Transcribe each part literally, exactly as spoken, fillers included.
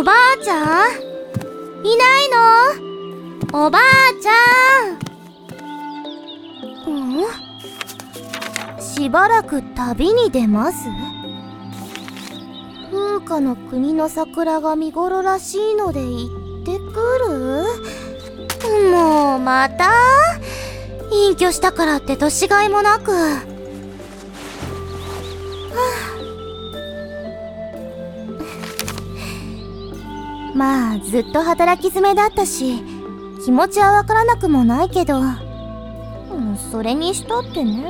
おばあちゃんいないの？おばあちゃん。ん？しばらく旅に出ます？風花の国の桜が見頃らしいので行ってくる？もうまた隠居したからって年がいもなく。はあ、まあずっと働き詰めだったし気持ちはわからなくもないけど、うん、それにしたってね。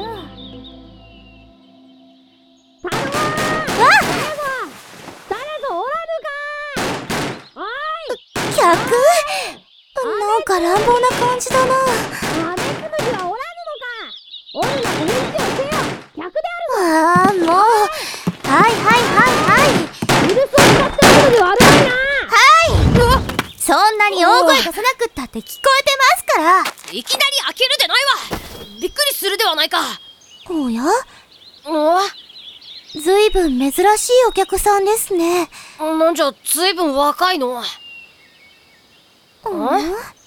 客？なんか乱暴な感じだな。 あべくのじはおらぬのか。おるなら返事をせよ。客であああ、もう。はいはいはいはい。 る。許すを使ってくるではあるまいな。 はい。そんなに大声出さなくったって聞こえてますから。 いきなり開けるでないわ。びっくりするではないか。 おや？ お？ ずいぶん珍しいお客さんですね。 なんじゃずいぶん若いの。 うん？